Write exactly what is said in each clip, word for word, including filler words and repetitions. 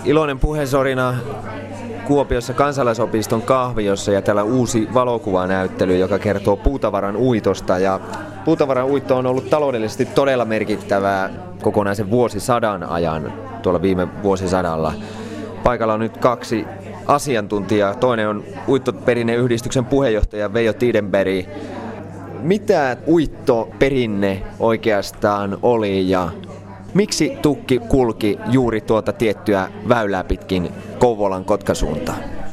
Iloinen puhesorina Kuopiossa kansalaisopiston kahviossa ja täällä uusi valokuvanäyttely, joka kertoo puutavaran uitosta. Ja puutavaran uitto on ollut taloudellisesti todella merkittävää kokonaisen vuosisadan ajan tuolla viime vuosisadalla. Paikalla on nyt kaksi asiantuntijaa. Toinen on Uittoperinneyhdistyksen puheenjohtaja Veijo Tiidenberg. Mitä uittoperinne oikeastaan oli ja miksi tukki kulki juuri tuota tiettyä väylää pitkin Kouvolan Kotkasuuntaan?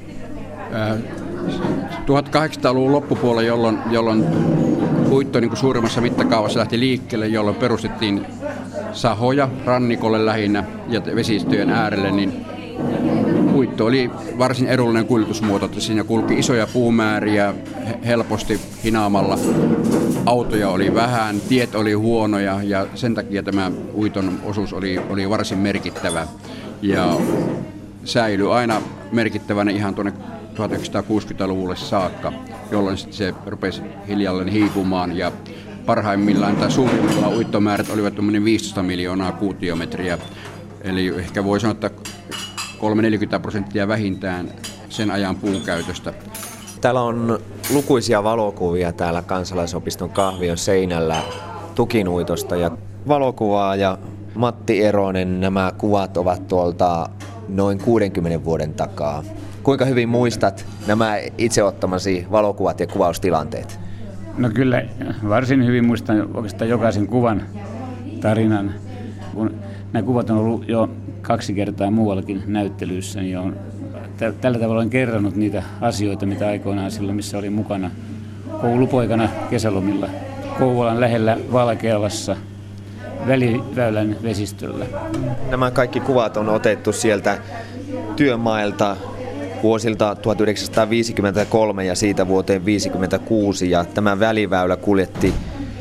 tuhatkahdeksansataaluvun loppupuolella, jolloin, jolloin uitto niin kuin suurimmassa mittakaavassa lähti liikkeelle, jolloin perustettiin sahoja rannikolle lähinnä ja vesistöjen äärelle, niin uitto oli varsin edullinen kuljetusmuoto, että siinä kulki isoja puumääriä helposti hinaamalla. Autoja oli vähän, tiet oli huonoja ja sen takia tämä uiton osuus oli, oli varsin merkittävä ja säilyi aina merkittävänä ihan tuonne tuhatyhdeksänsataakuusikymmentäluvulle saakka, jolloin se rupesi hiljalleen hiipumaan ja parhaimmillaan tai suurimmillaan uittomäärät olivat viisitoista miljoonaa kuutiometriä, eli ehkä voi sanoa, että kolmekymmentä neljäkymmentä prosenttia vähintään sen ajan puun käytöstä. Täällä on lukuisia valokuvia täällä kansalaisopiston kahvion seinällä tukinuitosta ja valokuvaa ja Matti Eronen, nämä kuvat ovat tuolta noin kuudenkymmenen vuoden takaa. Kuinka hyvin muistat nämä itse ottamasi valokuvat ja kuvaustilanteet? No kyllä, varsin hyvin muistan oikeastaan jokaisen kuvan tarinan. Kun nämä kuvat on ollut jo kaksi kertaa muuallakin näyttelyissä, niin on, tällä tavalla olen kerrannut niitä asioita, mitä aikoinaan silloin, missä olin mukana koulupoikana kesälomilla Kouvolan lähellä Valkealassa Väliväylän vesistöllä. Nämä kaikki kuvat on otettu sieltä työmailta vuosilta tuhatyhdeksänsataaviisikymmentäkolme ja siitä vuoteen viisikymmentäkuusi, ja tämä väliväylä kuljetti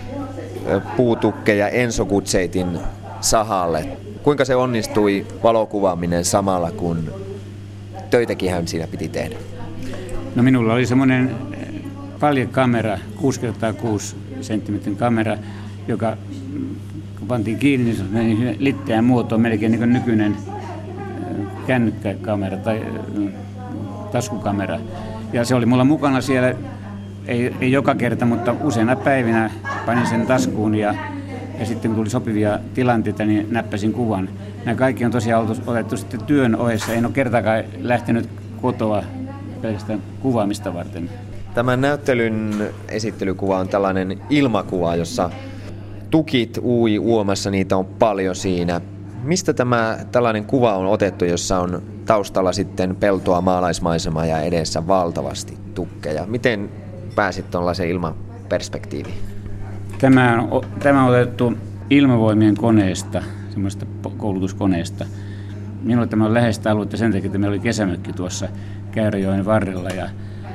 puutukkeja Enso Gutzeitin sahalle. Kuinka se onnistui valokuvaaminen samalla, kun töitäkin hän siinä piti tehdä? No minulla oli semmoinen paljekamera, kuusi kertaa kuusi senttimetrin kamera, joka kun pantiin kiinni, niin litteän muotoon melkein niin kuin nykyinen kännykkäkamera tai taskukamera. Ja se oli mulla mukana siellä, ei, ei joka kerta, mutta useina päivinä panin sen taskuun ja, ja sitten kun tuli sopivia tilanteita, niin näppäsin kuvan. Nämä kaikki on tosiaan otettu sitten työn ohessa. En ole kertaakaan lähtenyt kotoa pelkästään kuvaamista varten. Tämän näyttelyn esittelykuva on tällainen ilmakuva, jossa tukit ui uomassa, niitä on paljon siinä. Mistä tämä tällainen kuva on otettu, jossa on taustalla sitten peltoa, maalaismaisemaa ja edessä valtavasti tukkeja? Miten pääsit tuollaiseen ilmaperspektiiviin? Tämä on, tämä on otettu ilmavoimien koneesta, semmoista koulutuskoneesta. Minulle tämä on läheistä aluetta sen takia, että meillä oli kesämökki tuossa Käyräjoen varrella ja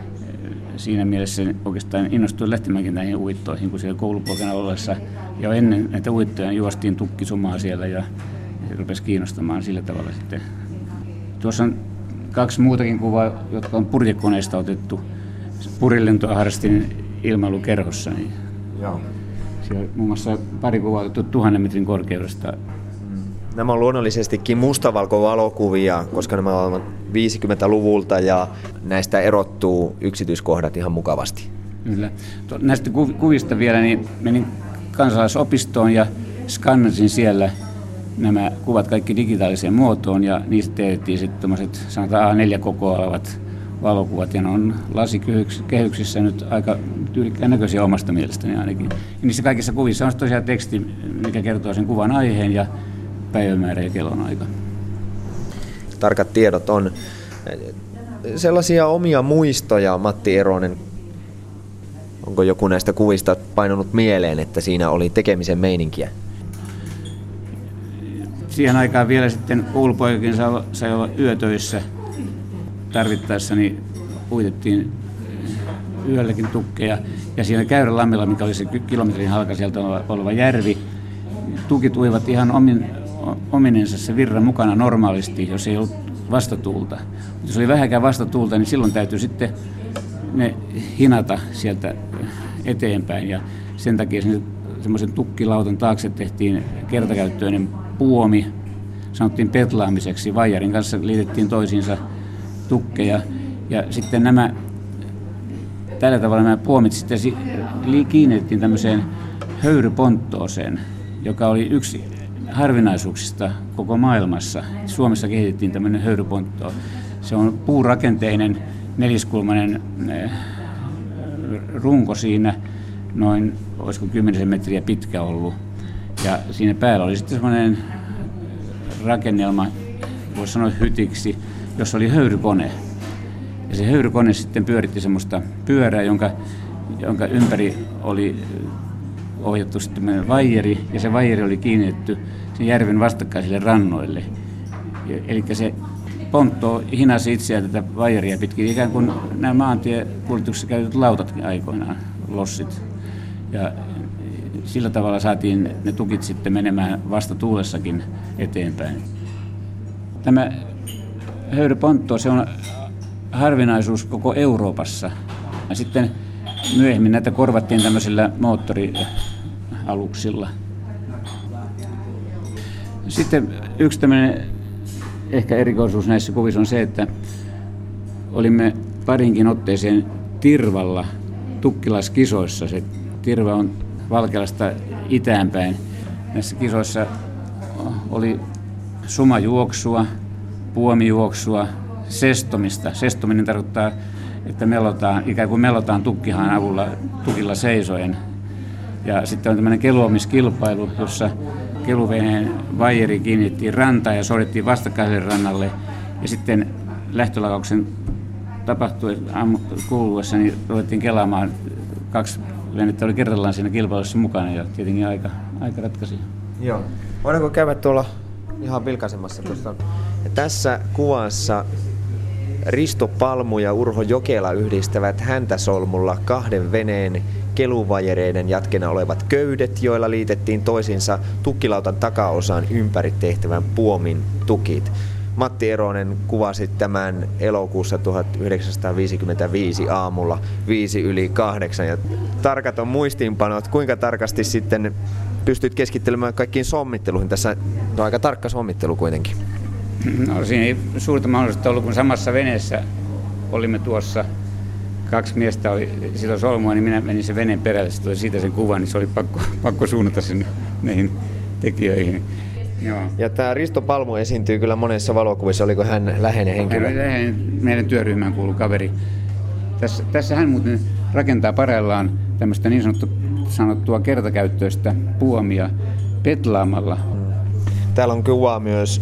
siinä mielessä oikeastaan innostuin lähtemäänkin näihin uittoihin, kun siellä koulupoikana ollessa jo ennen näitä uittoja juostiin tukkisumaa siellä ja se rupesi kiinnostamaan sillä tavalla sitten. Tuossa on kaksi muutakin kuvaa, jotka on purjekoneesta otettu. Purilentoa harrastin ilmailukerhossa. Niin Joo. siellä muun muassa pari kuvaa otettu tuhannen metrin korkeudesta. Nämä on luonnollisestikin mustavalkovalokuvia, koska nämä ovat viisikymmentäluvulta ja näistä erottuu yksityiskohdat ihan mukavasti. Kyllä. Näistä kuvista vielä niin menin kansalaisopistoon ja skannasin siellä nämä kuvat kaikki digitaaliseen muotoon ja niistä teettiin sitten tämmöiset sanotaan A neljä kokoa olevat valokuvat ja ne on lasikehyksissä nyt aika tyylikkään näköisiä omasta mielestäni ainakin. Ja niissä kaikissa kuvissa on tosiaan teksti, mikä kertoo sen kuvan aiheen ja päivämäärä ja kellonaika. Tarkat tiedot on. Sellaisia omia muistoja, Matti Eronen, onko joku näistä kuvista painunut mieleen, että siinä oli tekemisen meininkiä? Siihen aikaan vielä sitten koulupoikakin sai olla yötöissä. Tarvittaessa niin uitettiin yölläkin tukkeja. Ja siinä Käyrälammilla, mikä oli se kilometrin halka sieltä oleva järvi, tukit uivat ihan omin, ominensa se virran mukana normaalisti, jos ei ollut vastatuulta. Mutta jos oli vähäkään vastatuulta, niin silloin täytyy sitten ne hinata sieltä eteenpäin. Ja sen takia semmoisen tukkilautan taakse tehtiin kertakäyttöinen puomi, sanottiin petlaamiseksi. Vaijarin kanssa liitettiin toisiinsa tukkeja ja sitten nämä, tällä tavalla nämä puomit sitten kiinnitettiin tämmöiseen höyryponttooseen, joka oli yksi harvinaisuuksista koko maailmassa. Suomessa kehitettiin tämmöinen höyryponttoo. Se on puurakenteinen neliskulmainen runko siinä, noin, olisiko kymmenisen metriä pitkä ollut. Ja siinä päällä oli sitten semmoinen rakennelma, voisi sanoa hytiksi, jossa oli höyrykone. Ja se höyrykone sitten pyöritti semmoista pyörää, jonka, jonka ympäri oli ohjattu sitten vaijeri, ja se vaijeri oli kiinnitetty sen järven vastakkaisille rannoille. Eli se pontto hinasi itseään tätä vaijeria pitkin, ikään kuin nämä maantiekuljetuksessa käytetyt lautat aikoinaan, lossit. Ja sillä tavalla saatiin ne tukit sitten menemään vasta tuulessakin eteenpäin. Tämä höyrypontto, se on harvinaisuus koko Euroopassa. Ja sitten myöhemmin näitä korvattiin tämmöisillä moottorialuksilla. Sitten yksi tämmöinen ehkä erikoisuus näissä kuvissa on se, että olimme parinkin otteeseen Tirvalla tukkilaskisoissa. Se Tirva on Valkealasta itäänpäin. Näissä kisoissa oli sumajuoksua, puomijuoksua, sestomista. Sestominen tarkoittaa, että melotaan, ikään kuin melotaan tukkihaan avulla tukilla seisoen. Ja sitten on tämmöinen keluamiskilpailu, jossa keluveneen vaijeri kiinnitettiin rantaan ja soudettiin vastakkaiselle rannalle. Ja sitten lähtölaukauksen kuuluessa niin ruvettiin kelaamaan. Kaksi venettä oli kerrallaan siinä kilpailussa mukana ja tietenkin aika, aika ratkaisi. Joo. Voidaanko käydä tuolla ihan vilkaisemassa tuosta? Ja tässä kuvassa Risto Palmu ja Urho Jokela yhdistävät häntäsolmulla kahden veneen keluvajereiden jatkena olevat köydet, joilla liitettiin toisiinsa tukkilautan takaosaan ympäri tehtävän puomin tukit. Matti Eronen kuvasi tämän elokuussa tuhatyhdeksänsataaviisikymmentäviisi aamulla viisi yli kahdeksan. Ja tarkat on muistiinpanot. Kuinka tarkasti sitten pystyt keskittelemään kaikkiin sommitteluihin? Tässä on aika tarkka sommittelu kuitenkin. No siinä ei suurta mahdollisuutta ollut, kun samassa veneessä olimme tuossa. Kaksi miestä oli sillä solmua, niin minä menin sen veneen perälle. Se tuli siitä sen kuvan, niin se oli pakko, pakko suunnata sen näihin tekijöihin. Joo. Ja tämä Risto Palmu esiintyy kyllä monessa valokuvissa. Oliko hän läheinen henkilö? Hän oli läheinen, meidän työryhmään kuului kaveri. Tässä, tässä hän muuten rakentaa parhaillaan tämmöistä niin sanottu, sanottua kertakäyttöistä puomia petlaamalla. Täällä on kuva myös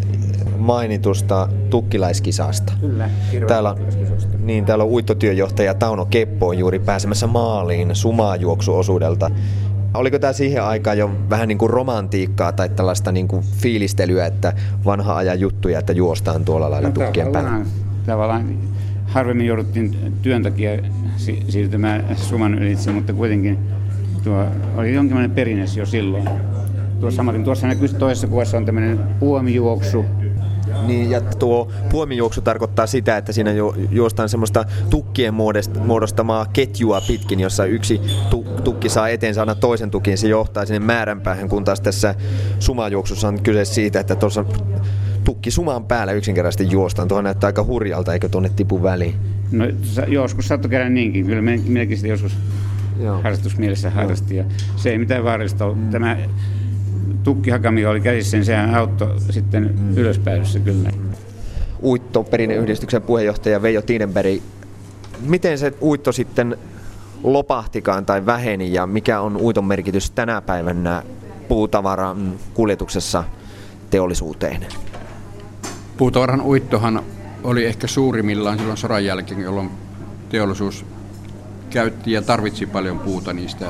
mainitusta tukkilaiskisasta. Kyllä, täällä on, niin, täällä on uittotyöjohtaja Tauno Keppo on juuri pääsemässä maaliin sumajuoksuosuudelta. Oliko tämä siihen aikaan jo vähän niin kuin romantiikkaa tai tällaista niin kuin fiilistelyä, että vanha ajan juttuja, että juostaan tuolla lailla no, tukkien päällä? Tavallaan harvemmin jouduttiin työn takia si- siirtymään suman ylitse, mutta kuitenkin tuo oli jonkinlainen perinne jo silloin. Tuossa, samaten, tuossa näkyy toisessa kuvassa on tämmöinen puomijuoksu. Niin, ja tuo puomijuoksu tarkoittaa sitä, että siinä ju- juostaan semmoista tukkien muodostamaa ketjua pitkin, jossa yksi tu- tukki saa eteensä aina toisen tukin, se johtaa sinne määränpäähän, kun taas tässä sumajuoksussa on kyse siitä, että tuossa tukki suman päällä yksinkertaisesti juostaan. Tuohon näyttää aika hurjalta, eikö tuonne tipu väliin? No joskus saattoi käydä niinkin, kyllä minäkin sitä joskus Joo. harrastusmielessä harrastin, ja se ei mitään vaarallista ole. Mm. Tämä tukkihakami oli käsissä, niin sehän auttoi sitten mm. ylöspäidyssä kyllä. Uittoperinneyhdistyksen puheenjohtaja Veijo Tiidenberg, miten se uitto sitten lopahtikaan tai väheni ja mikä on uiton merkitys tänä päivänä puutavaran kuljetuksessa teollisuuteen? Puutavaran uittohan oli ehkä suurimmillaan silloin sodan jälkeen, jolloin teollisuus käytti ja tarvitsi paljon puuta niistä.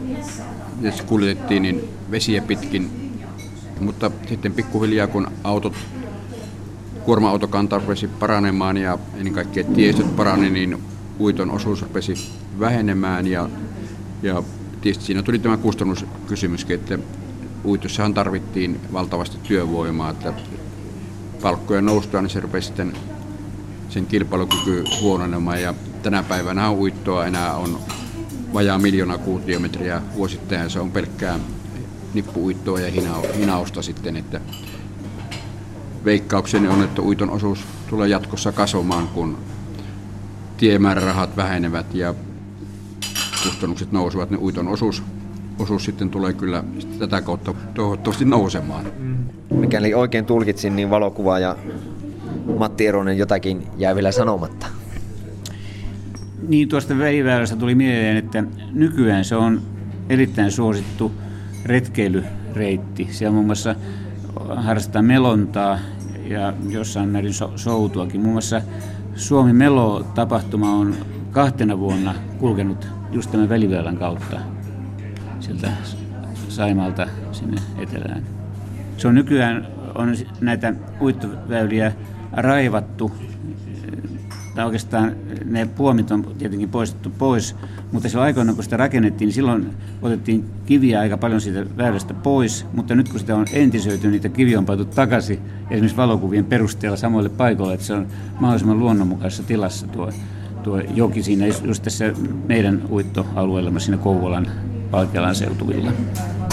Ja se kuljetettiin niin vesiä pitkin, mutta sitten pikkuhiljaa kun autot, kuorma-autokanta rupesi paranemaan ja ennen kaikkea tiestöt parani, niin uiton osuus rupesi vähenemään ja, ja tietysti siinä tuli tämä kustannuskysymyskin, että uitossahan tarvittiin valtavasti työvoimaa, että palkkojen noustua, niin se rupesi sitten sen kilpailukyky huononemaan ja tänä päivänä uittoa enää on vajaa miljoona kuutiometriä vuosittain, se on pelkkää nippu-uittoa ja hinausta sitten, että veikkaukseni on, että uiton osuus tulee jatkossa kasvamaan, kun tiemäärärahat vähenevät ja kustannukset nousevat, niin uiton osuus, osuus sitten tulee kyllä tätä kautta toivottavasti nousemaan. Mikäli oikein tulkitsin, niin valokuvaaja Matti Eronen jotakin jäi vielä sanomatta. Niin, tuosta väliväylästä tuli mieleen, että nykyään se on erittäin suosittu retkeilyreitti. Siellä muun muassa harrastetaan melontaa ja jossain määrin soutuakin. Muun muassa Suomi Melo-tapahtuma on kahtena vuonna kulkenut just tämän väliväylän kautta sieltä Saimalta sinne etelään. Se on nykyään on näitä uittoväyliä raivattu, tai oikeastaan ne puomit on tietenkin poistettu pois, mutta silloin aikoina kun sitä rakennettiin, niin silloin otettiin kiviä aika paljon siitä väylästä pois, mutta nyt kun sitä on entisöity, niitä kiviä on pantu takaisin esimerkiksi valokuvien perusteella samoille paikoille, että se on mahdollisimman luonnonmukaisessa tilassa tuo, tuo joki siinä just tässä meidän uittoalueella, siinä Kouvolan Valkealan seutuvilla.